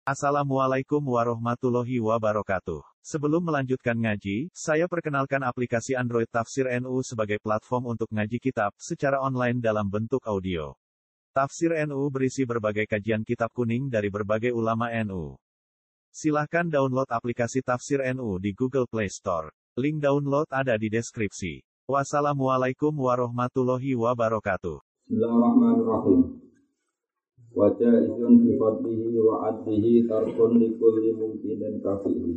Assalamualaikum warahmatullahi wabarakatuh. Sebelum melanjutkan ngaji, saya perkenalkan aplikasi Android Tafsir NU sebagai platform untuk ngaji kitab secara online dalam bentuk audio. Tafsir NU berisi berbagai kajian kitab kuning dari berbagai ulama NU. Silahkan download aplikasi Tafsir NU di Google Play Store. Link download ada di deskripsi. Wassalamualaikum warahmatullahi wabarakatuh. Bismillahirrahmanirrahim. Wajah izun bi fadlihi wa adlihi tarkun likulli mungkinin kafihi.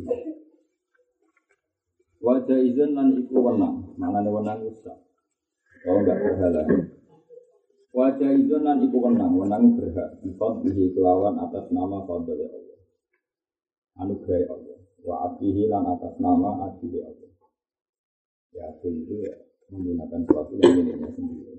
Wajah izun lan iku wenang, manane wenang usah. Oh enggak berhala. Wajah izun lan iku wenang berhak bi fadlihi kelawan atas nama fadl Allah. Anugerah Allah. Wa adlihi lan atas nama adil Allah. Ya itu ya menggunakan suatu yang miliknya sendiri.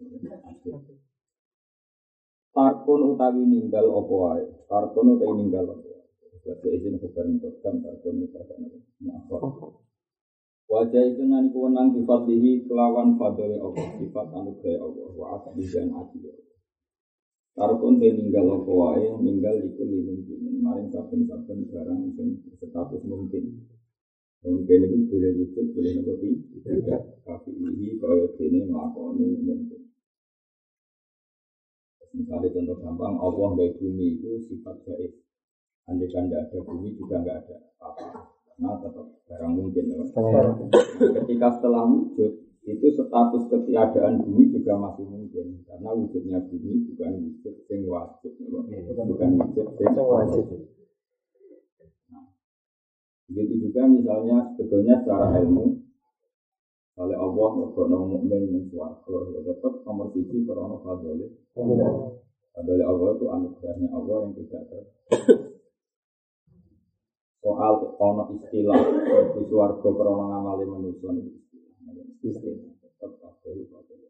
Tarkun utawi ninggal apa wae. Tarkun utawi ninggal apa wae. Wajah izin kebareng kodam tarkun utawi apa. Wajah izin nan iku wenang difatihi kelawan fadhole Allah, sifat anugerah Allah wa asbihan adil. Tarkun te ninggal apa wae, ninggal iku mungkin maring saben-saben barang sing status mungkin. Mungkin itu boleh wujud, boleh nabi tidak. Tapi ini kaya dene nglakoni mungkin. Misalnya contoh gampang, Allah nggak bumi itu sifat gaib. Andai kan tidak ada bumi juga nggak ada apa-apa. Karena tetap barang mungkin. Ketika setelah wujud, itu status ketiadaan bumi juga masih mungkin. Karena wujudnya bumi bukan wujud yang wajib. Bukan wujud yang wajib. Nah, begitu juga misalnya sebetulnya secara ilmu, oleh Allah mergono mukmin yang swarga, tetap nomor 1 karena fadhole. Fadhole Allah itu anugerahnya Allah yang tidak soal ono istilah di swarga karena ngamali manusia itu istilah tetap fadhole.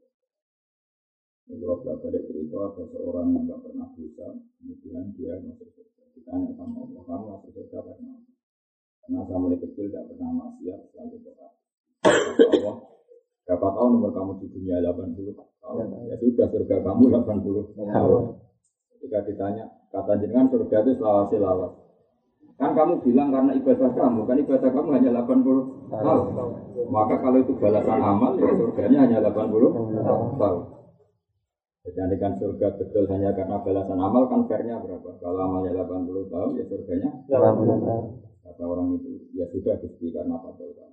Kalau ada cerita ada seorang yang tidak pernah dosa, kemudian dia masuk surga. Ditanya sama Allah, kamu masuk surga karena saya mulai kecil tidak pernah maksiat, selalu berdoa. Allah, berapa tahun umur kamu di dunia? 80 tahun. Ya sudah, surga kamu 80 tahun. Ketika ditanya, kata jenengan surga itu selawat-selawat. Kan kamu bilang karena ibadah kamu, kan ibadah kamu hanya 80 tahun. Maka kalau itu balasan amal, ya surganya hanya 80 tahun. Jadi kan surga betul hanya karena balasan amal, kan fairnya berapa? Kalau amalnya 80 tahun, ya surganya 80 tahun. Kata orang itu, ya sudah Gusti karena fadl kamu.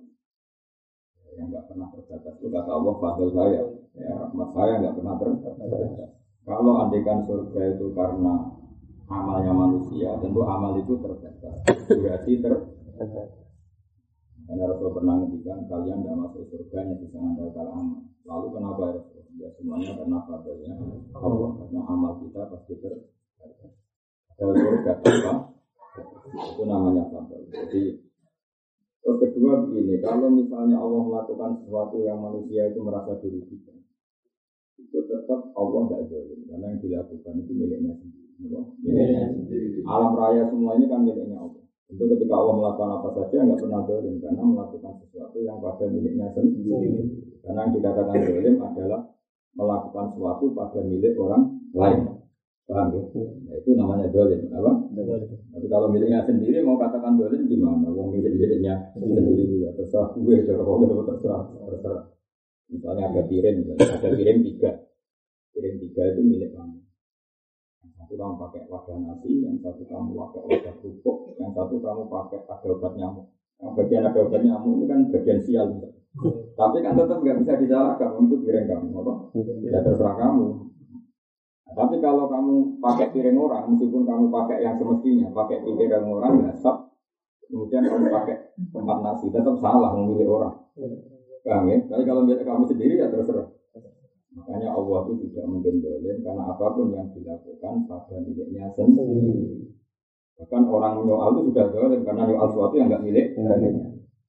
Yang enggak pernah terbatas itu kata Allah fadl saya, ya rahmat saya enggak pernah terbatas. Kalau andaikan surga itu karena amalnya manusia, tentu amal itu terbatas. Berarti terbatas. Karena Rasul pernah ngendikan kalian tidak masuk surga yang bisa mengandalkan amal. Lalu kenapa ya Rasul? Ya semuanya karena fadlnya Allah, karena amal kita pasti terbatas. Kalau surga apa? Itu namanya fadl. Jadi terus kedua begini, kalau misalnya Allah melakukan sesuatu yang manusia itu merasa dirugikan, itu tetap Allah tidak zalim, karena yang dilakukan itu miliknya sendiri. Miliknya sendiri. Alam raya semua ini kan miliknya Allah. Itu ketika Allah melakukan apa saja nggak pernah zalim, karena melakukan sesuatu yang pada miliknya sendiri. Karena yang dikatakan zalim adalah melakukan sesuatu pada milik orang lain. Paham ya? Nah, itu namanya zalim, apa? Tapi kalau miliknya sendiri mau katakan zalim gimana? Wong miliknya sendiri ya terserah gue, terserah. Misalnya ada piring 3. Piring 3 itu milik kamu. Yang satu kamu pakai wadah nasi, yang satu kamu pakai wadah kerupuk, yang satu kamu pakai ada obat nyamuk. Yang bagian ada obat nyamuk ini kan bagian sial. Tapi kan tetap nggak bisa disalahkan untuk piring kamu, apa? Ya terserah kamu. Nah, tapi kalau kamu pakai piring orang, meskipun kamu pakai yang semestinya, pakai piring orang, nggak sah. Kemudian kamu pakai tempat nasi, tetap salah memilih orang. Paham ya? Tapi kalau milik kamu sendiri ya terserah. Makanya Allah itu tidak mungkin zalim karena apapun yang dilakukan pada miliknya sendiri. Bahkan orang menyoal itu sudah zalim karena nyoal sesuatu yang nggak milik miliknya.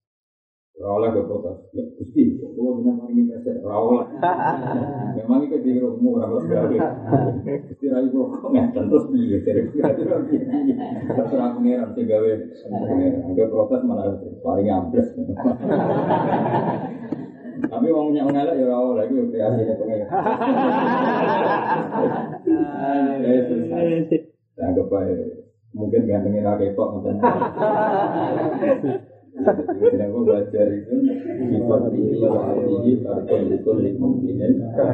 Rawlah ke protes, ya Gusti, kalau benar ini pesek rawlah. Memang itu di rumah orang berarti. Gusti rai kok nggak terus dia terserah pengiran segawe. Agak protes malah paling ambles. Tapi mau ngelak ya rawlah itu kreasinya pengiran. Anggap baik. Mungkin gantengin rakyat kok mungkin. Jadi aku belajar itu sifat ini tarikul mukminin.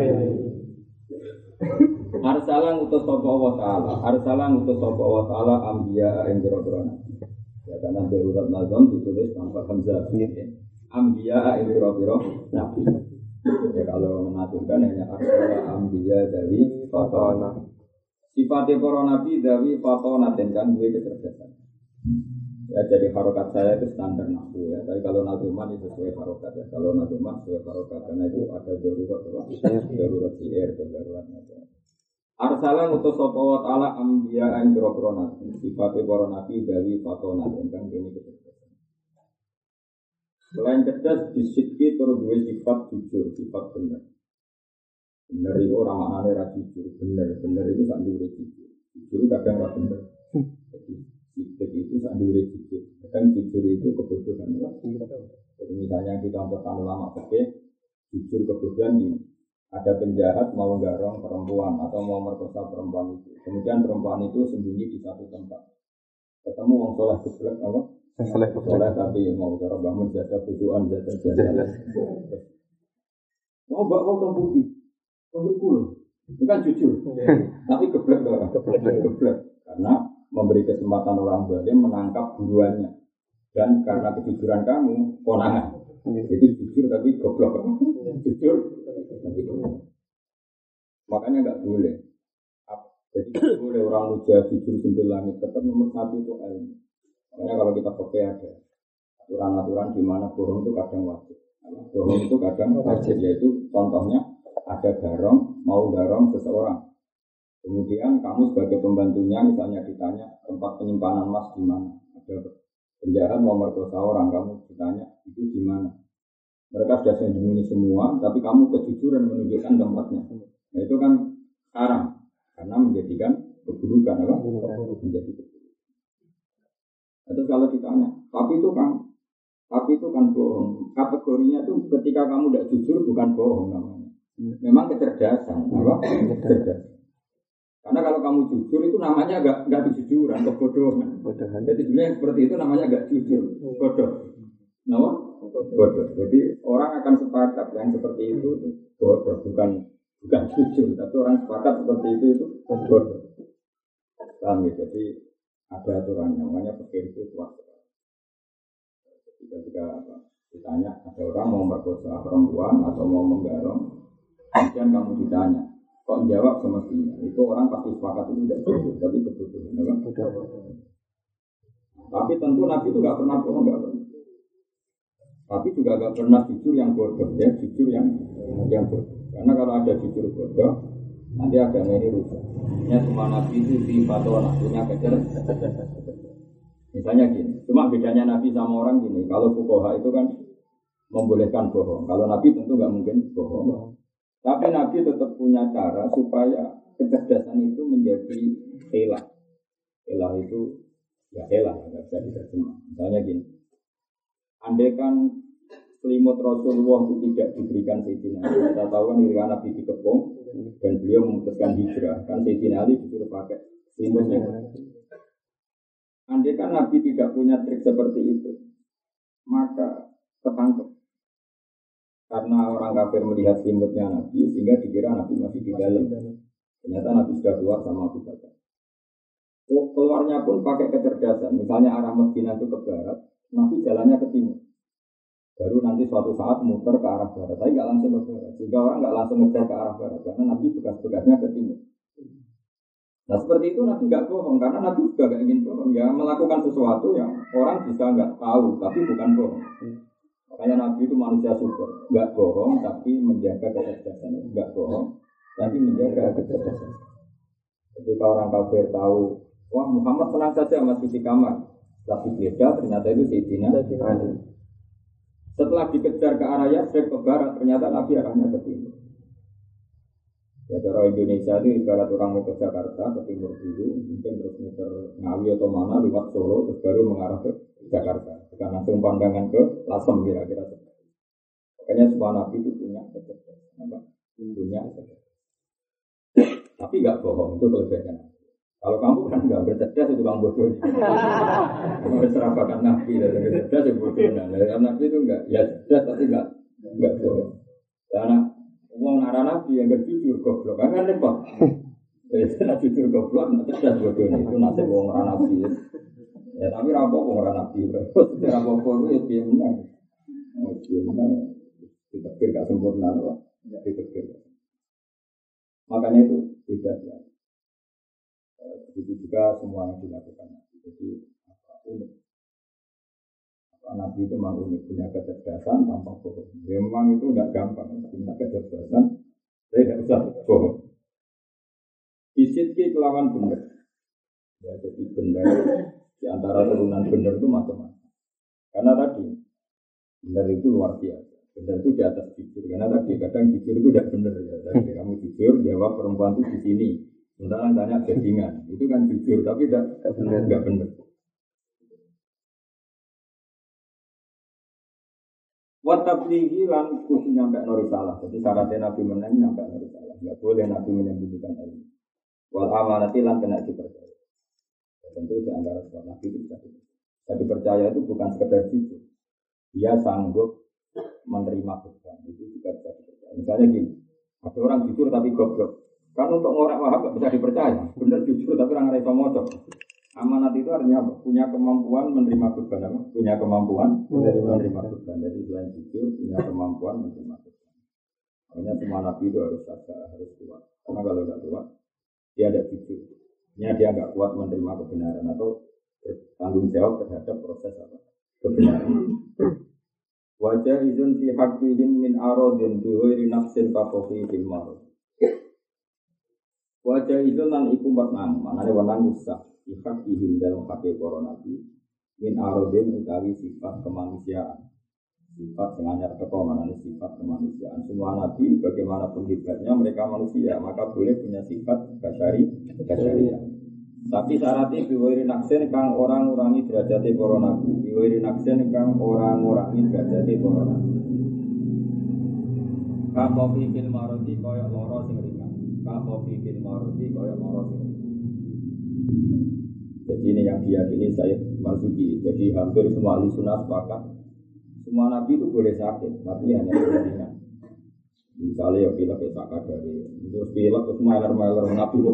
Arsalan utus sapa wa ta'ala. Arsalan utus sapa wa ta'ala anbiya ing pira-pira nabi. Ya karena darurat nazam ditulis tanpa hamzah. Anbiya ing pira-pira nabi. Ya kalau mengaturkan hanya arsalan anbiya dari fatona. Sifatnya para nabi dari fatona dan kan duwe kecerdasan. Ya jadi harokat saya itu standar nahwu ya. Tapi kalau nazuman itu sesuai harokat ya. Kalau nazuman sesuai harokat karena itu ada darurat darurat syair dan darurat nazam. Arsalan utus sapa wa ta'ala anbiya ing pira-pira nabi. Sifatnya para nabi dari fatona dan kan ini kecerdasan. Selain cerdas disidki terus duwe sifat jujur, sifat benar. Benar itu orang maknanya ra jujur, benar itu sak ndure jujur. Jujur kadang ra bener. Jadi itu sak ndure jujur. Kadang jujur itu kebodohan. Jadi misalnya kita untuk ulama fikih jujur kebodohan ini. Ada penjahat mau garong perempuan atau mau merkosa perempuan itu. Kemudian perempuan itu sembunyi di satu tempat. Ketemu wong saleh keblek apa? Saleh tapi mau cara bangun jasa bujuan jasa. Mau mbak mau temputi. Betul, itu kan jujur. Tapi geblek orang, geblek. Karena memberi kesempatan orang zalim menangkap buruannya. Dan karena kejujuran kamu, konangan. Jadi jujur tapi goblok. Jujur tapi goblok. Makanya nggak boleh. Jadi nggak boleh orang muja jujur sambil langit. Tetap nomor satu itu ilmu. Makanya kalau kita pakai ada aturan-aturan di mana bohong itu kadang wajib. Bohong itu kadang wajib, yaitu contohnya ada garong, mau garong seseorang. Kemudian kamu sebagai pembantunya misalnya ditanya tempat penyimpanan emas di mana. Ada penjahat mau merkosa orang, kamu ditanya itu di mana. Mereka sudah sembunyi semua, tapi kamu kejujuran menunjukkan tempatnya. Nah, itu kan haram karena menjadikan keburukan apa? Menjadi keburukan. Terus kalau ditanya, tapi itu kan bohong. Kategorinya itu ketika kamu tidak jujur bukan bohong namanya. Memang kecerdasan, apa? Kecerdasan. Karena kalau kamu jujur itu namanya enggak kejujuran, kebodohan. Jadi sebenarnya seperti itu namanya enggak jujur, bodoh. Nama? Bodoh. Jadi orang akan sepakat yang seperti itu bodoh, bukan jujur, tapi orang sepakat seperti itu bodoh. Paham ya? Jadi ada aturannya, namanya pikir itu kuat. Ketika ditanya ada orang mau merkosa perempuan atau mau menggarong. Kemudian kamu ditanya, kok jawab semestinya? Itu orang pasti sepakat itu tidak jujur, tapi kebodohan. Tapi tentu Nabi itu nggak pernah bohong, nggak pernah. Tapi juga nggak pernah jujur yang bodoh, ya jujur yang bodoh. Karena kalau ada jujur bodoh, nanti agama ini rusak. Ya semua Nabi itu di fatwa punya kecerdasan. Misalnya gini, cuma bedanya Nabi sama orang gini. Kalau fuqaha itu kan membolehkan bohong. Kalau Nabi tentu nggak mungkin bohong. Tapi Nabi tetap punya cara supaya kecerdasan itu menjadi helah. Helah itu ya helah, nggak bisa diterjemah. Misalnya gini, andai kan selimut Rasulullah itu tidak diberikan Sayyidina Ali. Kita tahu kan ketika Nabi dikepung dan beliau memutuskan hijrah, kan Sayyidina Ali disuruh pakai selimutnya. Andai kan Nabi tidak punya trik seperti itu, maka ketangkep. Karena orang kafir melihat selimutnya Nabi, sehingga dikira Nabi masih di dalam. Ternyata Nabi sudah keluar sama Abu Bakar. Keluarnya pun pakai kecerdasan. Misalnya arah Madinah itu ke barat, Nabi jalannya ke timur. Baru nanti suatu saat muter ke arah barat. Tapi nggak langsung ke barat. Sehingga orang nggak langsung ngejar ke arah barat. Karena Nabi bekas-bekasnya ke timur. Nah seperti itu Nabi nggak bohong. Karena Nabi juga nggak ingin bohong. Ya melakukan sesuatu yang orang bisa nggak tahu, tapi bukan bohong. Makanya Nabi itu manusia super, nggak bohong tapi menjaga kecerdasan, nggak bohong tapi menjaga kecerdasan. Ketika orang kafir tahu, wah Muhammad tenang saja masih di kamar, tapi beda ternyata itu Sayyidina Ali. Setelah dikejar ke arah Yastrib ke barat, ternyata Nabi arahnya ke timur. Ya cara Indonesia itu ibarat orang mau ke Jakarta ke timur dulu, mungkin terus muter Ngawi atau mana lewat Solo, terus baru mengarah ke Jakarta. Bukan langsung pandangan ke Lasem kira-kira seperti itu. Makanya semua Nabi itu punya kecerdasan, punya kecerdasan. Tapi nggak bohong, itu kelebihannya. Kalau kamu kan nggak bercerdas itu kamu bodoh. Kamu serabakan nabi dan cerdas itu bodoh. Nah, nabi itu enggak ya cerdas tapi enggak bodoh. Karena uang arah nabi yang berjujur goblok kan repot. Jadi jujur goblok, cerdas bodoh itu nasib uang arah nabi. Ya tapi rampok uang arah nabi. Rampok itu dia menang. Dia menang. Ditekir gak sempurna, Pak. Ditekir. Makanya itu beda ya. Begitu juga semua yang dilakukan Nabi. Jadi unik. Nabi itu memang unik, punya kecerdasan tanpa bohong. Memang itu tidak gampang, punya kecerdasan, saya tidak usah bohong. Isit kelawan benar. Ya, jadi benar di antara turunan benar itu macam-macam. Karena tadi benar itu luar biasa. Benar itu di atas jujur. Karena tadi kadang jujur itu tidak benar ya. Tadi kamu jujur, jawab perempuan itu di sini. Sementara tanya bajingan, itu kan jujur, tapi tidak benar. Watablihi lan kudu nyampe norisalah. Jadi syaratnya Nabi menang nyampe norisalah. Enggak boleh Nabi menyembunyikan ilmu. Wal amanati lan kena dipercaya. Ya, tentu di antara sebab Nabi itu bisa dipercaya itu bukan sekedar jujur. Dia sanggup menerima beban. Itu juga bisa dipercaya. Misalnya gini, ada orang jujur tapi goblok. Kan untuk orang wahab tidak bisa dipercaya. Benar jujur tapi orang rasa mocok. Amanat itu artinya punya kemampuan menerima beban. Punya kemampuan menerima beban. Jadi selain jujur punya kemampuan menerima beban. Makanya semua nabi itu harus kuat. Karena kalau tidak kuat, dia ada jujur. Dia nggak kuat menerima kebenaran atau tanggung jawab terhadap proses kebenaran. Wajah izun fi haqqihim min aradin bi ghairi nafsin ka fi fil marad. Wajah itu nan iku menang, manane wenang usah sifat ihim dalam hati para nabi min arodin utawi sifat kemanusiaan. Sifat yang anyar teko manane sifat kemanusiaan. Semua nabi bagaimanapun hebatnya mereka manusia, maka boleh punya sifat basyariah. Tapi syaratnya biwiri naksen kang orang ngurangi derajate para nabi. Biwiri naksen kang orang ngurangi derajate para nabi. Kakofi fil marodi kaya loro sing ringan. Kakofi fil marodi kaya loro sing ringan. Jadi ini yang diyakini Sayyid Marzuki. Jadi hampir semua ahli sunnah sepakat semua nabi itu boleh sakit, tapi hanya ringan. Misalnya ya pilek ya sakit dari terus pilek terus maler nabi kok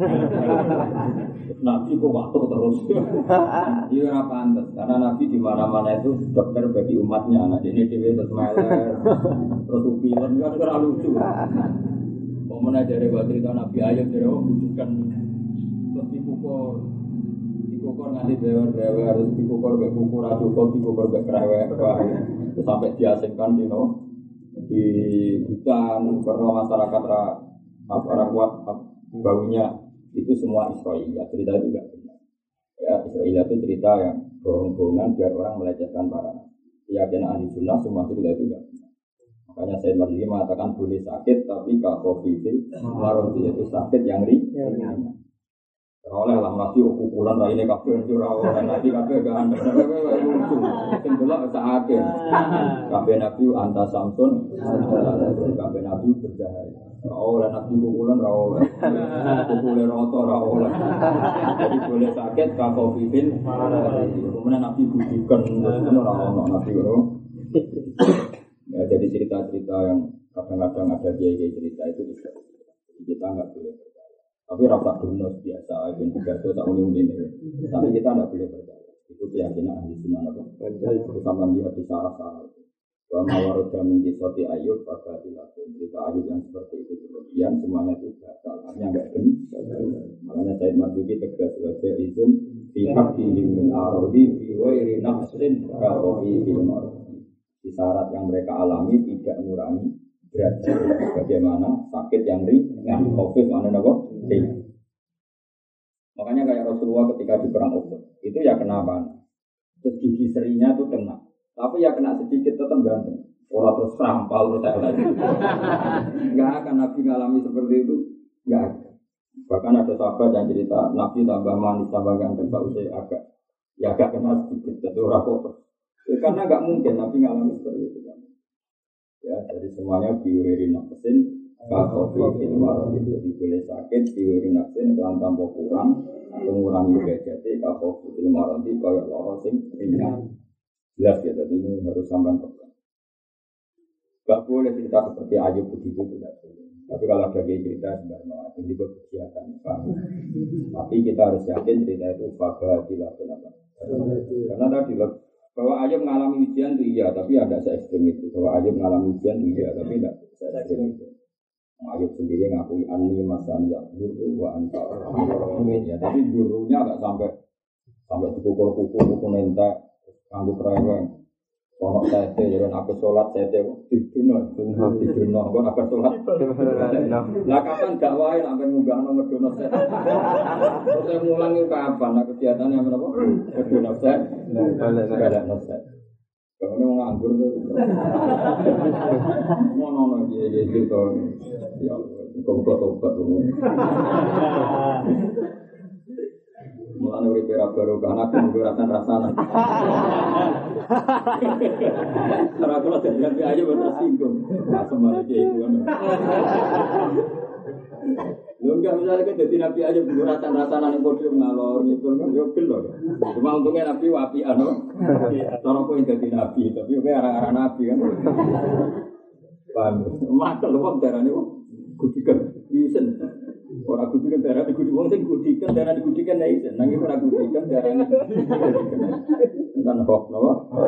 waktu terus. Iya apa pantas karena nabi di mana-mana itu dokter bagi umatnya. Nah ini dia terus maler terus pilek kan ora lucu. Momen aja dari waktu itu nabi ayat dari bujukan terus dipukul nanti dewer harus dipukul berkukur dipukul berkerewek terus sampai diasingkan di hutan karena masyarakat orang kuat baunya itu semua Israel. Cerita itu enggak benar. Ya Israel itu cerita yang bohong-bohongan biar orang melecehkan para nabi. Keyakinan ahli sunnah semua cerita itu enggak benar. Makanya saya Marzuki mengatakan boleh sakit tapi kalau COVID marodi itu sakit yang ringan. Oleh lah nabi ukuran rai ini kafe jurau dan nabi kafe gak anda lucu sembelak sakit kafe nabi anta samsun kafe nabi berjaya oleh nabi ukuran rawol ukuran roto rawol jadi boleh sakit kalau fifin kemudian nabi bujukan kemudian rawol nabi ya jadi cerita-cerita yang kadang-kadang ada kiai cerita itu kita nggak boleh. Tapi rasa bonus biasa, ibn Tigaso tak unik ini. Tapi kita tidak boleh percaya. Itu keyakinan ahli sunnah apa? Bersama dia di sarah-sarah itu. Bahwa mawaroda mingi soti ayub pada dilakukan cerita ayub yang seperti itu kemudian semuanya itu batal. Hanya enggak benar. Makanya Sayyid Marzuki tegas wajah izun pihak dihimin arodi biwairi nafsin kakofi ilmarodi. Di syarat yang mereka alami tidak mengurangi derajat. Bagaimana sakit yang ringan, COVID mana apa? Makanya kayak Rasulullah ketika di perang Uhud itu ya kenapa? Terus gigi serinya itu kena, tapi ya kena sedikit tetap ganteng. Orang terus trampal terus saya lagi. Enggak akan Nabi ngalami seperti itu, enggak. Bahkan ada sahabat yang cerita Nabi tambah manis tambah ganteng tak usah agak kena sedikit. Jadi orang kok karena enggak mungkin Nabi ngalami seperti itu. Ya, jadi semuanya biuriri nafsin Kalau fil marad itu boleh sakit, diwiri nafsu kelan tanpa kurang atau ngurangi derajatnya. Kalau fil marad itu kayak lara sing ringan. Jelas ya, jadi ini harus sampai pegang. Gak boleh cerita seperti Ayub begitu, tidak boleh. Tapi kalau ada cerita sebenarnya itu juga kegiatan. Tapi kita harus yakin cerita itu fabatilah kenapa? Karena tadi bahwa Ayub mengalami ujian itu iya, tapi ada se-ekstrem itu. Bahwa Ayub mengalami ujian itu iya, tapi tidak se-ekstrem itu. Ayub sendiri ngakui anni masaniyah duru wa anta ya, tapi durunya nggak sampai dipukul nentek, nganggu kereweng. Ono sete jadi aku sholat sete diduno, kok aku sholat. Lah kapan gak wae nek ben munggahno ngedono sete. Terus mulangi kapan nek kegiatannya menapa? Ngedono sete. Balik sete. Kalau mau nganggur tuh, mau nono dia gitu, ya kau tobat tuh. Mulane urip ora baru kan aku nggo rasan-rasana. Ora kula dadi aja tersinggung. Asem aja iku kan. Lho enggak misalnya kan jadi nabi aja nggo rasan-rasana ning podium ngalor gitu kan yo gelo. Cuma untungnya nabi wapian to. Cara kok dadi nabi, tapi kowe arang-arang nabi kan. Paham. Makel wong darane kok gudikan isen. Ora gudikan darah digudi wong sing gudikan darah digudikan ya isen. Nang ora gudikan darahnya. Kan kok napa?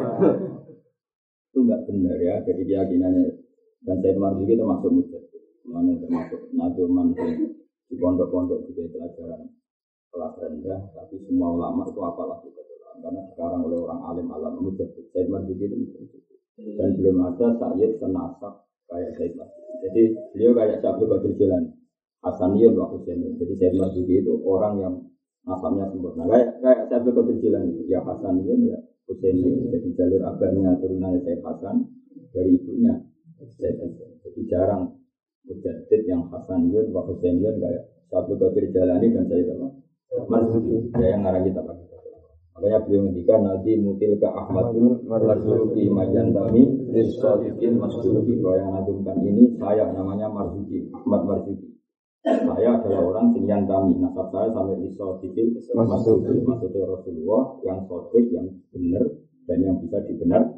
Itu enggak benar ya, jadi keyakinannya dan saya juga termasuk mujtahid. Mana termasuk nadoman di pondok-pondok juga pelajaran kelas rendah, tapi semua ulama itu apalah juga karena sekarang oleh orang alim alam mujtahid. Saya juga itu dan belum ada sayyid senasab kayak saya. Jadi beliau kayak Syabdu Qadir Jilani, Hasaniyun wa Husainiyun. Jadi saya juga itu orang yang nasabnya sempurna. Kayak Syabdu Qadir Jilani, ya Hasaniyun ya Husainiyun. Jadi jalur abahnya turunannya Syekh Hasan dari ibunya Syekh Hasan. Jadi jarang mujaddid yang Hasaniyun wa Husainiyun kayak Syabdu Qadir Jilani dan Sayyid Marzuki. Ya yang ngarang kita pakai. Makanya beliau ngendikan nanti mutil ke Ahmadul Marzuki Majantami Rizqadikin Masduki. Bahwa yang nadumkan ini saya namanya Marzuki, Ahmad Marzuki. Saya adalah orang Sinyantami. Nasab saya sampai Rizqadikin Masduki. Maksudnya Rasulullah yang sodik, yang benar dan yang bisa dibenarkan.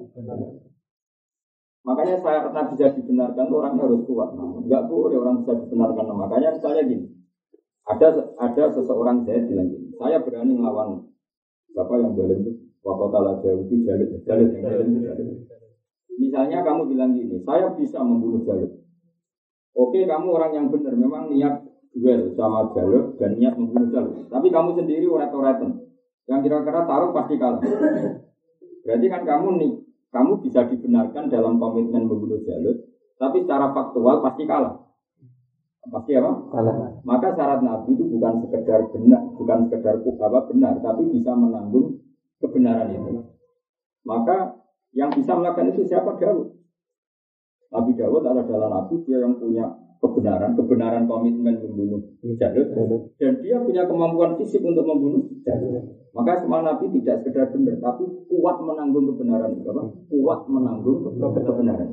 Makanya saya pernah bisa dibenarkan orangnya harus kuat. Enggak boleh orang bisa dibenarkan. Makanya misalnya gini, ada seseorang saya bilang gini, saya berani melawan siapa yang boleh itu wakotala jauh itu Jalid yang boleh itu. Misalnya kamu bilang gini, saya bisa membunuh Jalid. Oke, kamu orang yang benar, memang niat duel sama Jalid dan niat membunuh Jalid. Tapi kamu sendiri uret-uretan, yang kira-kira taruh pasti kalah. Berarti kan kamu bisa dibenarkan dalam komitmen membunuh Jalid, tapi secara faktual pasti kalah. Pasti apa? Kalah. Maka syarat Nabi itu bukan sekedar benar, bukan sekedar benar, tapi bisa menanggung kebenaran itu. Maka yang bisa melakukan itu siapa? Daud. Nabi Daud adalah Nabi dia yang punya kebenaran komitmen membunuh Jalud, dan dia punya kemampuan fisik untuk membunuh Jalud. Maka semua Nabi tidak sekedar benar, tapi kuat menanggung kebenaran itu. Apa? Kuat menanggung kebenaran.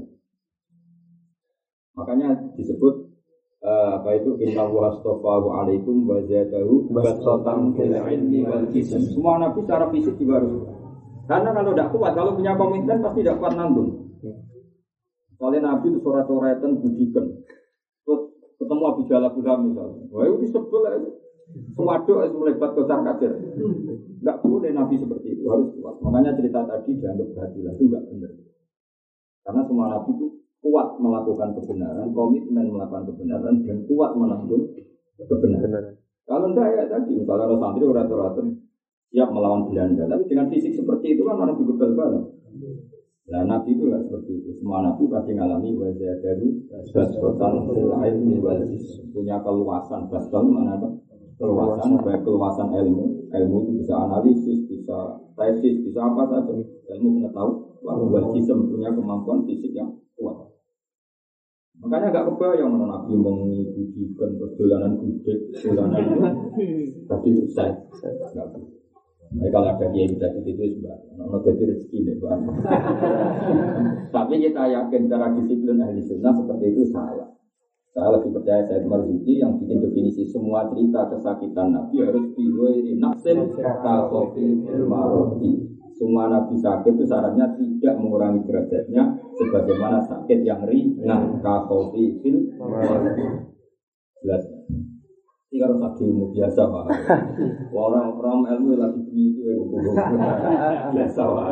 Makanya disebut inna wa astaghfaru alaikum wa zadahu basatan fil ilmi wal jism. Semua nabi secara fisik juga harus. Karena kalau tidak kuat, kalau punya komitmen pasti tidak kuat nanggung. Soalnya nabi itu surat-suratan budikan. Terus ketemu Abu Jalal misalnya. Wah itu disebut aja. Sewaduk itu melebat kocar kacir. Tidak boleh nabi seperti itu, harus kuat. Makanya cerita tadi dianggap berhati-hati itu tidak benar. Karena semua nabi itu kuat melakukan kebenaran, komitmen melakukan kebenaran, dan kuat menanggung kebenaran. Kalau tidak ya tadi, misalnya orang santri orang-orang siap melawan Belanda, tapi dengan fisik seperti itu kan orang juga bal-balan. Nah Nabi itu nggak seperti itu. Semua Nabi pasti mengalami wajah dari basdotan lain punya keluasan. Basdol mana ada keluasan, baik keluasan ilmu itu bisa analisis, bisa tesis, bisa apa saja. Ilmu pengetahuan, lalu wajism punya kemampuan fisik yang kuat. Makanya agak kebayang mana Nabi mengikuti terus dolanan gudeg, dolanan tapi saya nggak boleh. Nah, kalau ada dia bisa itu sebab jadi rezeki deh, Pak. Tapi kita yakin cara disiplin ahli sunnah seperti itu salah. Saya lebih percaya Said Marzuki yang bikin definisi semua cerita kesakitan Nabi harus diwiri nafsin kakofi maroti. Semua Nabi sakit itu syaratnya tidak mengurangi derajatnya sebagaimana sakit yang ringan kakofi fil maroti. Jelas. Ini kalau sakit ilmu biasa Pak. Orang ilmu lagi begitu biasa Pak.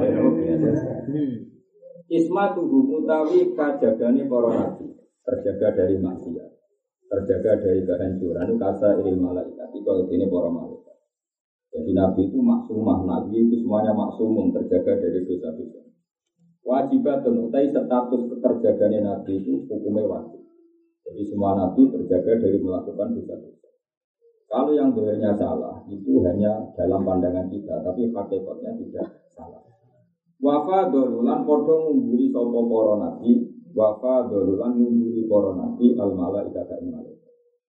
Isma tubuh mutawi kajagane para nabi. Terjaga dari maksiat, terjaga dari kehancuran itu kata ilmu malaikat. Kalau ini para malaikat. Jadi Nabi itu maksumah, Nabi itu semuanya maksumum, terjaga dari dosa-dosa. Wajibat dan utai status keterjagaannya Nabi itu hukumnya wajib. Jadi semua Nabi terjaga dari melakukan dosa-dosa. Kalau yang doanya salah itu hanya dalam pandangan kita, tapi hakikatnya tidak salah. Wafa dolulan podong mengguri sopo para Nabi. Wafa dolulan mengguri para nabi al-malaikat al-malaikat.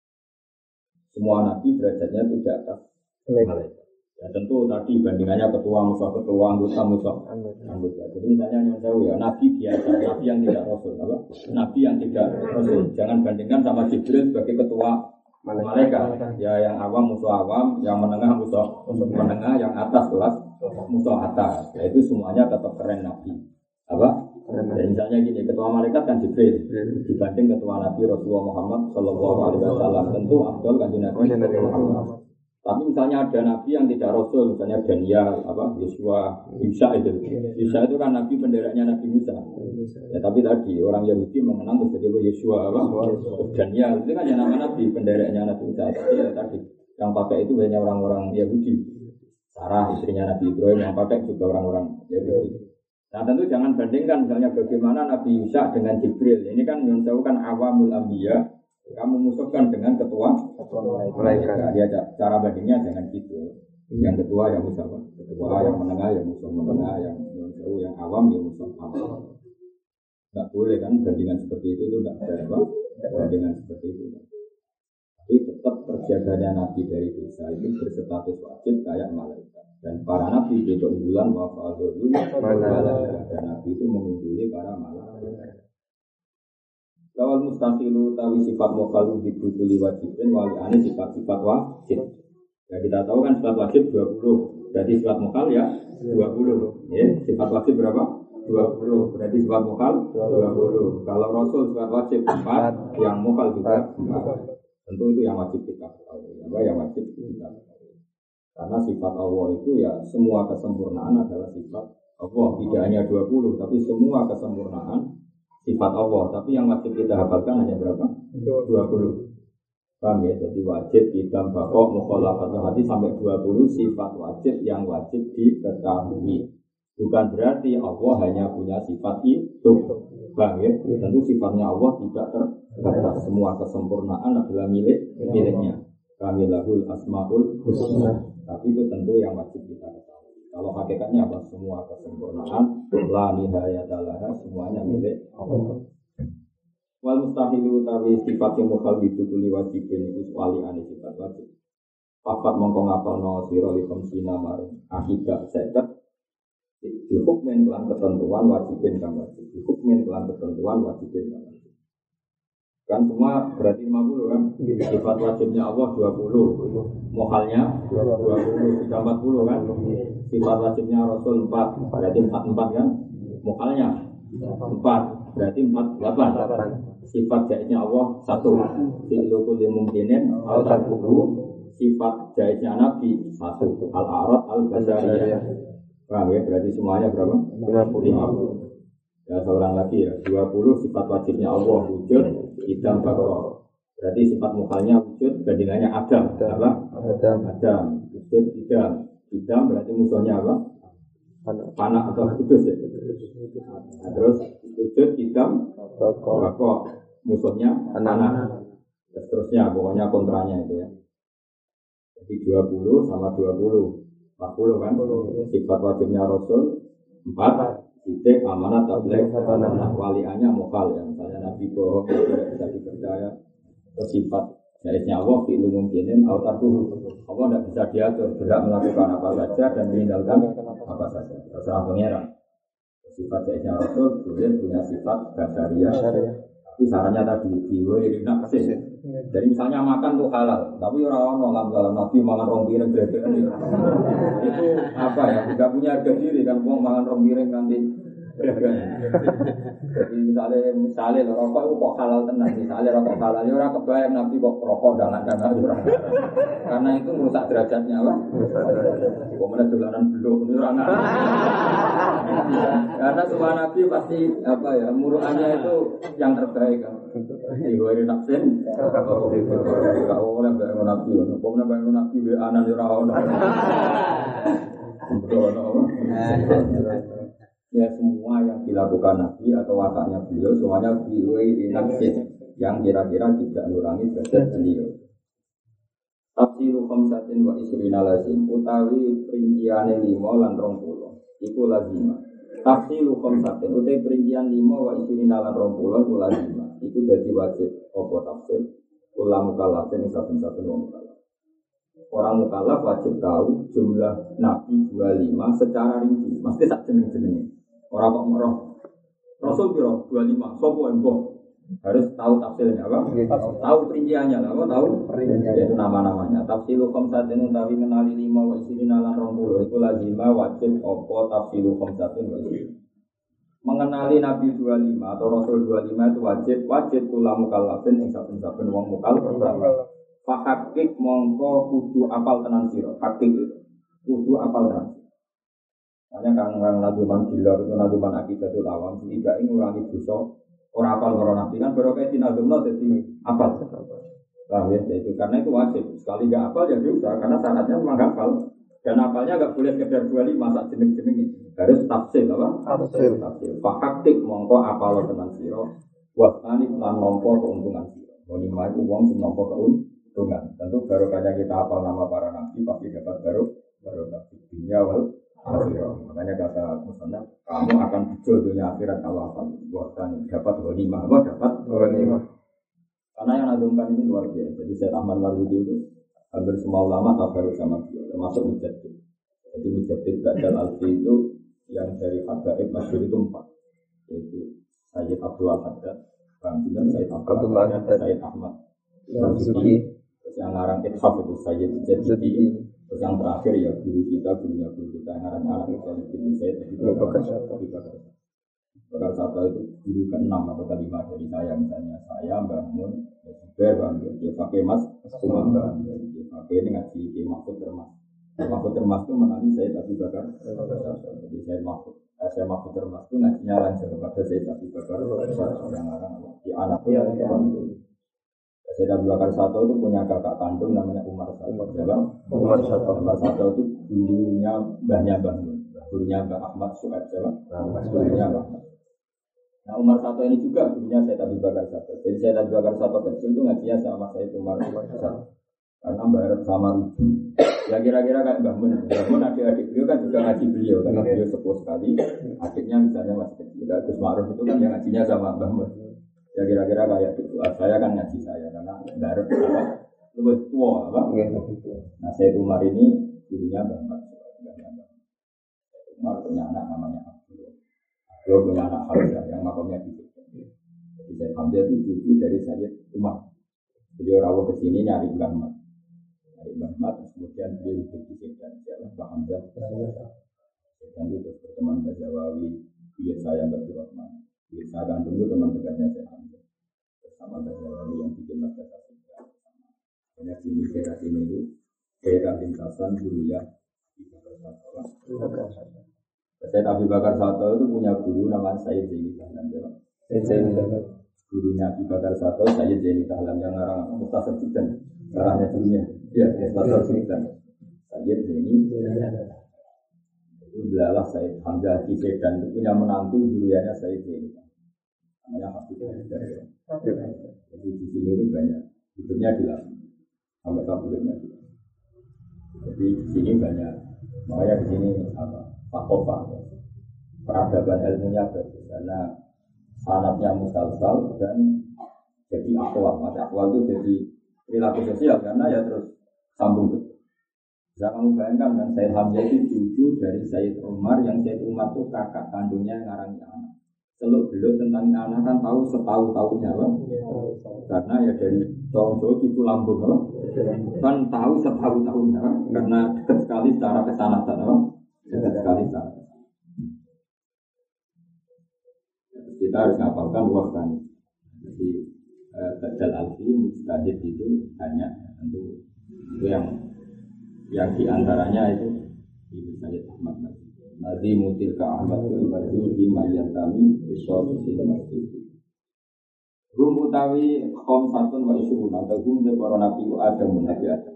Semua nabi derajatnya tidak atas malaikat. Ya tentu tadi bandingannya ketua musuh anggota. Jadi misalnya yang tahu ya nabi biasa, nabi yang tidak rasul, apa? Nabi yang tidak rasul. Jangan bandingkan sama Jibril sebagai ketua malaikat. Ya yang awam musuh awam, yang menengah musuh menengah, yang atas kelas musuh atas. Ya itu semuanya tetap keren nabi. Apa? Dan misalnya gini, ketua malaikat kan Jibril dibanding ketua Nabi Rasulullah Muhammad Sallallahu Alaihi Wasallam, tentu Abdul kan Nabi Muhammad. Tapi misalnya ada Nabi yang tidak Rasul, misalnya Daniel, Yosua, Musa itu. Musa itu kan Nabi benderanya Nabi Musa. Ya tapi tadi orang Yahudi mengenang menjadi Yosua, Daniel itu kan yang nama Nabi benderanya Nabi Musa. Tapi ya tadi yang pakai itu hanya orang-orang Yahudi. Sarah istrinya Nabi Ibrahim yang pakai juga orang-orang Yahudi. Nah tentu jangan bandingkan misalnya bagaimana Nabi Musa dengan Jibril. Ini kan menjauhkan awamul anbiya. Kamu musuhkan dengan ketua malaikat. Dia cara bandingnya jangan gitu. Yang ketua yang musuh, ketua yang menengah yang musuh menengah, yang jauh yang awam yang musuh awam. Tidak boleh kan bandingan seperti itu tidak fair, bandingan seperti itu. Tapi tetap terjaganya Nabi dari dosa itu berstatus wajib kayak malaikat. Dan para nabi itu keunggulan wafa'adul malaikat. Dan nabi itu mengungguli para malaikat. Lawal mustaqilu tawi sifat mukhalu dibutuli wajibin wali ane sifat-sifat wajib. Ya kita tahu kan sifat wajib 20. Berarti sifat mukhal ya 20. Ya, sifat wajib berapa? 20. Berarti sifat mukhal 20. Kalau Rasul sifat wajib 4, yang mukhal juga 4. Tentu itu yang wajib kita tahu. Yang wajib kita tahu. Karena sifat Allah itu ya semua kesempurnaan adalah sifat Allah. Tidak hanya 20, tapi semua kesempurnaan sifat Allah. Tapi yang wajib kita hafalkan hanya berapa? 20. Paham ya? Jadi wajib kita bakok mukhalafatul hati sampai 20 sifat wajib yang wajib diketahui. Bukan berarti Allah hanya punya sifat itu. Paham ya? Tentu sifatnya Allah tidak terbatas. Semua kesempurnaan adalah miliknya. Kamilahul asmaul husna. Tapi itu tentu yang wajib kita ketahui. Kalau hakikatnya apa? Semua kesempurnaan la nihayatalah, semuanya milik Allah. Wal mustahilu tawi sifat yang mukhal dibutuli wajibin itu wali ane sifat wajib. Papat mongko ngapalno sira li khamsina maring akibat seket dihukmen kelan ketentuan wajibin kang wajib. Dihukmen kelan ketentuan wajibin kang wajib. Kan semua berarti 50 kan? Sifat wajibnya Allah 20, mukhalnya 20, sudah 40 kan? Sifat wajibnya Rasul 4, berarti 44 kan? Mukhalnya 4, berarti 48. Sifat jaiznya Allah 1, fi'lukul limumkinin al-tarkuhu. Sifat jaiznya Nabi 1, al-a'rad al-basariyah. Paham ya? Berarti semuanya berapa? 50. Ya seorang lagi ya, 20 sifat wajibnya Allah wujud, idam bakor. Berarti sifat mukhalnya wujud, bandingannya Adam. Apa? Adam. Wujud idam berarti musuhnya apa? Panak atau kudus ya. Nah, terus wujud idam bakor. Musuhnya panak. Seterusnya pokoknya kontranya itu ya. Jadi 20 sama 20 40 kan? Sifat wajibnya Rasul 4. Titik amanat tabligh waliannya mukhal ya, misalnya Nabi bohong tidak bisa dipercaya. Sifat jaiznya Allah fi'lu mungkinin autarduhu. Allah tidak bisa diatur, berhak melakukan apa saja dan meninggalkan apa saja, terserah pangeran. Sifat jaiznya Rasul boleh punya sifat basariyah, Tapi sarannya tadi diwiri nak kesini. Jadi misalnya makan tuh halal, tapi orang dalam Nabi makan rong piring gede itu apa ya? Tidak punya harga diri kan, mau makan rong piring nanti. Jadi misalnya rokok itu kok halal tenang, misalnya rokok halal, ya orang kebayang Nabi kok rokok jangan karena itu merusak derajatnya lah. Kok mana dolanan belum orang. Karena semua Nabi pasti apa ya, muruannya itu yang terbaik kan. Diwiri naksin, kalau oleh bayang Nabi, pokoknya bayang Nabi anan dirawon. Ya semua yang dilakukan Nabi atau wataknya beliau semuanya diwiri naksin yang kira-kira tidak mengurangi derajat beliau. Tafsiru khamsatin wa isrina lazim utawi perinciane 5 lan 20 iku lazimah. Tafsiru khamsatin utawi perincian 5 wa isrina lan 20 iku lazimah. Iku dadi wajib apa tafsir kula mukallafin saben-saben wong mukallaf. Orang mukallaf wajib tahu jumlah nabi 25 secara rinci, mesti sak jeneng-jenenge. Ora kok merah. Rasul piro 25, sapa mbok? Harus tahu tafsirnya apa? Tahu perinciannya apa? Tahu itu nama-namanya. Tafsiru khamsatin utawi menali 5 wa isrina lan 20 iku lazimah wajib apa tafsiru khamsatin wa isrina. Mengenali Nabi 25 atau Rasul 25 itu wajib kula mukallafin ing saben-saben wong mukallaf. Fa hakik mongko kudu apal tenan sira. Hakik itu kudu apal tenan. Hanya kang naduman dilar itu naduman akidatul awam tidak ngurangi dosa ora apal karo Nabi kan baru kayak dinadumno dadi apal. Paham ya itu karena itu wajib. Sekali enggak apal ya dosa karena syaratnya memang hafal. Dan apalnya enggak boleh sekedar 25 sak jeneng-jenenge. Harus tafsir apa? Tafsir. Fakaktik mongko apal tenan sira. Wa tani lan nampa keuntungan sira. Ghanimah iku wong sing nampa keuntungan. Tentu barokahnya kita apal nama para nabi pasti dapat barokah dunia wal akhirat. Makanya kata Musannaf, kamu akan bejo dunia akhirat kalau apal. Wa tani dapat ghanimah, dapat ghanimah. Karena yang nadumkan ini luar biasa. Jadi Syekh Ahmad Marzuki itu hampir semua ulama tabaruk sama dia, termasuk Mujaddid. Jadi Mujaddid Ba'dal Alfi itu yang dari Habaib Masyhur itu 4, yaitu Sayyid Abdul Haddad, Bang Sinten, Sayyid Abdul Haddad, Sayyid Ahmad Marzuki, terus yang ngarang Ithaf itu Sayyid Jadidi, terus yang terakhir ya gurunya guru kita yang ngarang anak itu Sayyid Abu Bakar Bakar Sata itu guru ke-6 atau ke-5 dari saya, misalnya saya bangun bangun dia pakai mas cuma bangun dia pakai ini ngaji dia Mahfud Termas itu menangi saya Abu Bakar. Jadi saya Mahfud Termas itu ngajinya lancar kepada saya Abu Bakar yang orang di anaknya saya Abu Bakar Sata itu punya kakak kandung namanya Umar Sata itu gurunya mbahnya Mbah Ahmad Su'ad gurunya Mbah. Nah Umar Sato ini juga gurunya Syekh Abu Bakar Sato. Jadi Syekh Abu Bakar Sato kecil itu ngajinya sama Syekh Umar Sato. Karena bareng sama Ruju. Ya kira-kira kayak Mbah Mun. Mbah Mun adik-adik beliau kan juga ngaji beliau. Karena beliau sepuh sekali. Adiknya misalnya masih kecil. Gus Ma'ruf itu kan yang ngajinya sama Mbah Mun. Ya kira-kira kayak itu. Saya kan ngaji saya. Karena bareng apa? Lebih tua apa? Nah Syekh Umar ini gurunya Mbah Mun. Umar punya anak namanya Dia punya anak Hamzah yang makamnya di situ. Jadi Sayyid Hamzah itu cucu dari Sayyid Umar. Beliau rawuh ke sini nyari Mbah Ahmad. Kemudian beliau hidup di Sedan. Mbah Hamzah. Sedan itu terus berteman Mbah Jawawi. Biar saya Mbah Rahman. Biar saya kandung itu teman dekatnya Sayyid Hamzah. Bersama Mbah Jawawi yang bikin madrasah Sedan. Hanya sini daerah sini itu daerah lintasan Duriyah di Jakarta. Syekh Abu Bakar Sato itu punya guru namanya Sayyid Zaini Dahlan. Gurunya Abu Bakar Sato Sayyid Zaini Dahlan yang ngarang Mukhtasar Sidan. Caranya gurunya, ya Mukhtasar Sidan. Sayyid Zaini Dahlan. Itu adalah Sayyid Hamzah di Sedan itu punya menantu gurunya Sayyid Zaini Dahlan. Namanya Habib Haidar. Jadi di sini itu banyak hidupnya dilatih sampai kabulnya. Jadi di sini banyak, makanya di sini apa? Fakofa, peradaban ilmunya bagus karena sanadnya musalsal dan jadi akwal. Masa akwal itu jadi perilaku sosial karena ya terus sambung betul. Bisa kamu bayangkan kan Sayyid Hamzah itu cucu dari Sayyid Umar yang Sayyid Umar itu kakak kandungnya yang ngarangnya anak. Seluk beluk tentang anak kan tahu setahu-tahunya apa? Karena ya dari Jawa cucu lambung apa? Kan tahu setahu-tahunya apa? Karena dekat sekali secara kesanatan apa? Dekat sekali secara kita harus ngapalkan waktan. Jadi Bajal Alfi mustahid itu banyak tentu itu yang diantaranya itu Ibu Sayyid Ahmad Nabi Mutil Ka Ahmad Al-Badu di Mayatami Isor Sisi Masjid Gum utawi Khom Satun wa Isyurun atau Gum dari para Nabi Adam Nabi Adam.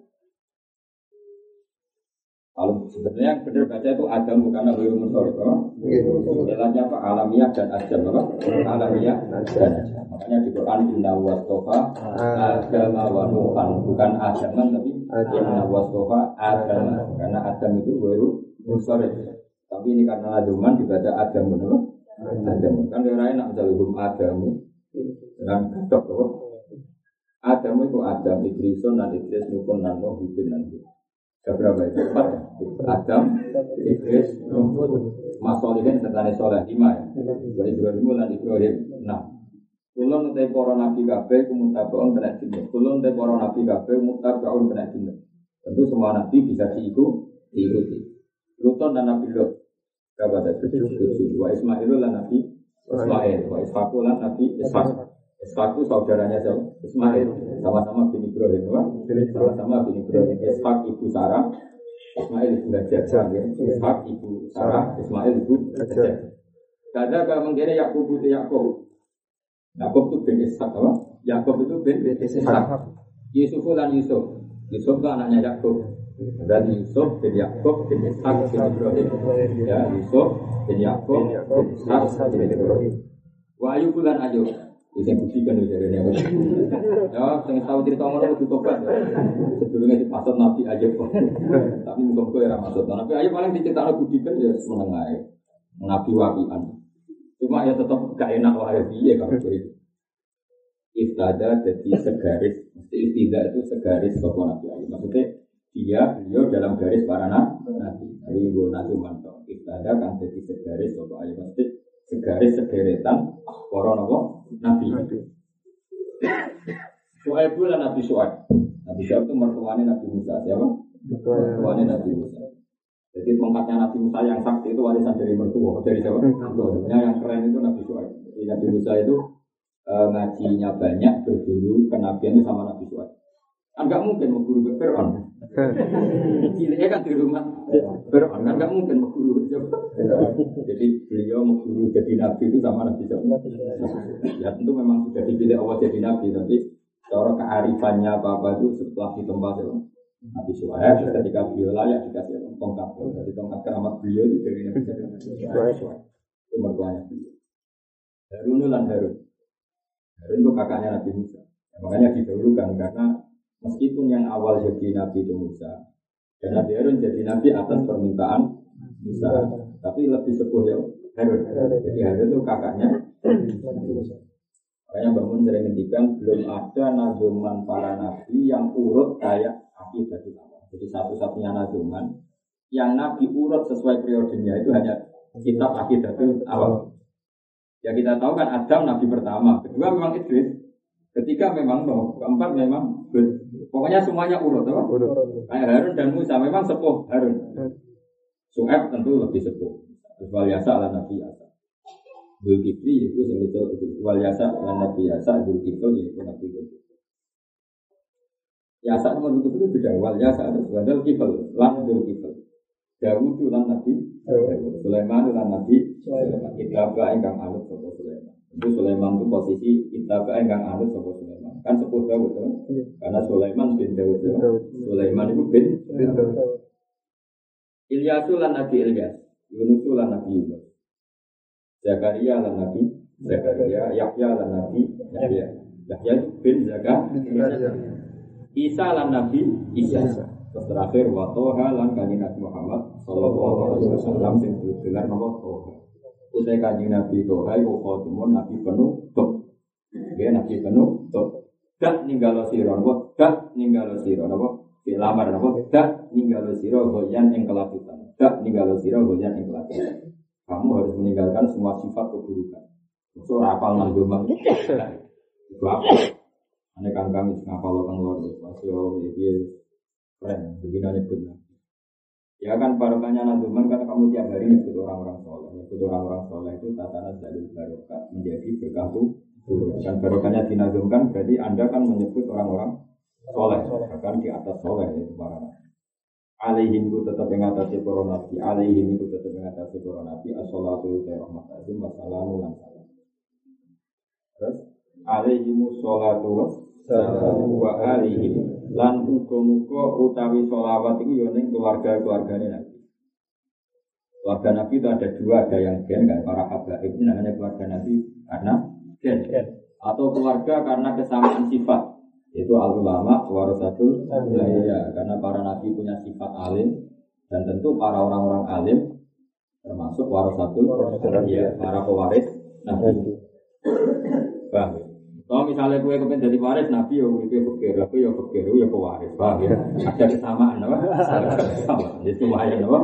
Kalau sebenarnya yang benar baca itu Adam bukan Nabi Musorif. Istilahnya apa? Alamiah dan Adam apa? Alamiah dan Adam. Makanya di Quran Inna wastofa Adam wa Nuhan bukan Adaman tapi Inna wastofa Adam karena Adam itu baru Musorif. Tapi ini karena Aduman dibaca Adam apa? Adam. Kan orang enak misalnya hukum Adam dengan gadok apa? Adam itu Adam Idrisun dan Idris Nukun dan Nuh Hudun dan Nuh. Berapa itu? 4 Adam, Idris, Nuh, Masolihin serta Soleh 5 ya. Wa Ibrahim dan Ibrahim 6. Kulon te para nabi kabeh kumutabaun kena jinah. Kulon te para nabi kabeh mutabaun kena jinah. Tentu semua nabi bisa diikuti. Luton dan Nabi Lut. Berapa tadi? 7. Wa Ismail dan Nabi Ismail. Wa Ishaq dan Nabi Ishaq. Ishaq itu saudaranya siapa? Ismail. Sama-sama bin Ibrahim. Sama-sama bin Ibrahim. Ishaq ibu Sarah, Ismail ibu Hajar. Ishaq ibu Sarah, Ismail ibu Hajar. Kada kalau mengira Yakub itu Yakub. Yakub itu bin Ishaq apa? Yakub itu bin Ishaq. Yusuf dan Yusuf. Yusuf itu anaknya Yakub. Dan Yusuf bin Yakub bin Ishaq bin Ibrahim. Ya Yusuf bin Yakub bin Ishaq bin Ibrahim. Wa Ayub dan Ayub. Bisa buktikan itu dari apa? Ya, saya tahu cerita orang itu tobat. Sebelumnya dipasut Nabi Ayub, tapi mungkin era masuk. Nabi Ayub paling diceritakan buktikan ya menengai, Nabi wabian. Cuma ya tetap gak enak wahai dia kalau begitu. Iftada jadi segaris, mesti iftidah itu segaris sopo Nabi Ayub. Maksudnya beliau dalam garis para nabi. Tapi gue nabi mantap. Iftada kan jadi segaris sopo Ayub. Maksudnya segaris sederetan para nabi. Syuaib itu Nabi Syuaib. Nabi Syuaib itu mertuanya Nabi Musa. Siapa? Mertuanya Nabi Musa. Jadi tongkatnya Nabi Musa yang sakti itu warisan dari mertua. Dari siapa? Sebenarnya yang keren itu Nabi Syuaib. Jadi Nabi Musa itu ngajinya banyak, berguru kenabian itu sama Nabi Syuaib. Enggak mungkin mengguru ke Fir'aun. Ciliknya kan di rumah Fir'aun, kan enggak mungkin mengguru. Jadi beliau mengguru jadi nabi itu sama Nabi Syuaib. Ya tentu memang sudah dipilih Allah jadi nabi, tapi cara kearifannya apa itu setelah ditempa Nabi Syuaib. Ketika beliau layak dikasih tongkat, jadi tongkat keramat beliau itu dari Nabi Syuaib. Itu mertuanya beliau. Harun dan Harun. Harun itu kakaknya Nabi Musa. Makanya didahulukan karena meskipun yang awal jadi Nabi itu Musa dan Nabi Harun jadi Nabi atas permintaan Musa, tapi lebih sepuh ya Harun. Jadi Harun itu kakaknya Nabi Musa. Makanya bangun sering ngendikan belum ada nazuman para nabi yang urut kayak Aqidatul Awal. Jadi satu-satunya nazuman yang Nabi urut sesuai periodenya itu hanya kitab Aqidatul Awal. Ya kita tahu kan Adam Nabi pertama, kedua memang Idris, ketiga memang Nuh, keempat memang pokoknya semuanya urut, apa? Kayak Harun dan Musa memang sepuh Harun. Syuaib tentu lebih sepuh. Wal Yasa ala Nabi Yasa. Dzulkifli itu yang itu Wal Yasa ala Nabi Yasa, Dzulkifli itu Nabi Dzulkifli. Yasa sama Dzulkifli itu beda. Wal Yasa ada Dzulkifli, lan Dzulkifli. Dawud itu lan Nabi Dawud. Sulaiman itu lan Nabi Sulaiman. Itaba ingkang anut sapa Sulaiman. Itu Sulaiman itu posisi itaba ingkang anut sapa Sulaiman. Kan sepuh Dawud kan? Karena Sulaiman bin Dawud. Sulaiman itu bin Dawud. Ilyasu lan Nabi Ilyas. Yunus lan Nabi Yunus. Zakaria lan Nabi Zakaria. Yahya lan Nabi Yahya. Yahya bin Zakaria. Isa lan Nabi Isa. Terus terakhir wa toha lan kanjeng Nabi Muhammad sallallahu alaihi wasallam sing gelar nama Toha. Utai kanjeng Nabi Toha iku khotimun Nabi penutup. Dia Nabi penutup. Dak ninggalo sira napa? Dak ninggalo sira napa? Dilamar napa? Dak ninggalo sira goyan ing kelakuan. Dak ninggalo sira goyan ing kelakuan. Kamu harus meninggalkan semua sifat keburukan. Ora apal nang domang. Itu apa? Ane kang ngapal kang lor masih piye keren begini nyebut. Ya kan barokahnya nazuman kan kamu tiap hari nyebut orang-orang soleh. Nyebut orang-orang soleh itu tatanan jalur barokah menjadi berkah tuh. Dan barokahnya dinazumkan berarti Anda kan menyebut orang-orang soleh. Bahkan di atas soleh itu para nabi. Alaihim ku tetap mengatasi para nabi. Alaihim ku tetap mengatasi para nabi. As-salatu wa rahmatullahi wassalamu lan salam. Terus alaihimu sholatu wassalamu wa alaihim lan muga-muga utawi sholawat itu ya ning keluarga-keluargane Nabi. Keluarga Nabi itu ada dua, ada yang gen kan para habaib ini namanya keluarga Nabi karena gen atau keluarga karena kesamaan sifat yaitu al-ulama warasatul anbiya karena para nabi punya sifat alim dan tentu para orang-orang alim termasuk warasatul anbiya para pewaris nabi. Paham ya? Kalau misalnya gue kepengen jadi waris Nabi, ya gue pikir, aku ya pikir, ya pewaris, paham ya? Ada kesamaan, apa? Sama, itu lumayan, apa?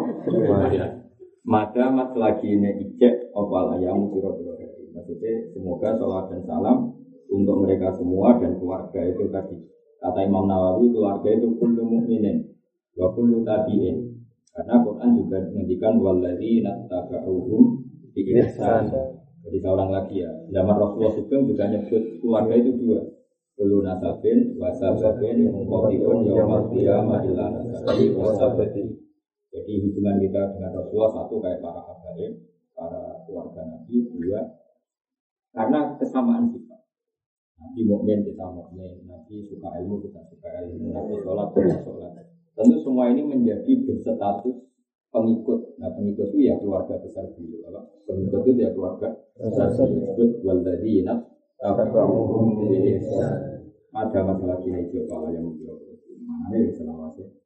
Maka mas lagi ini ijek, opal ayam, kira-kira. Maksudnya, semoga salawat dan salam untuk mereka semua dan keluarga itu tadi. Kata Imam Nawawi, keluarga itu kullu mu'minin, wa kullu tabi'in. Karena Quran juga menghentikan walladzina taba'uhum bi ihsan. Jadi seorang lagi ya, zaman Rasulullah Sugeng juga nyebut keluarga itu dua. Ulu nasabin, wasabin, mengkotiun, yawmal qiyamah, ila nasabi, wasabati. Jadi hubungan kita dengan Rasulullah satu kayak para habaib, para keluarga Nabi, dua. Karena kesamaan sifat. Nabi mukmin kita mukmin, Nabi suka ilmu kita suka ilmu, Nabi sholat kita sholat. Tentu semua ini menjadi berstatus pengikut. Nah pengikut itu ya keluarga besar beliau. Pengikut itu ya keluarga besar disebut walladzina taba'uhum bi ihsan. Ada masalah kini coba yang mana ini selawase.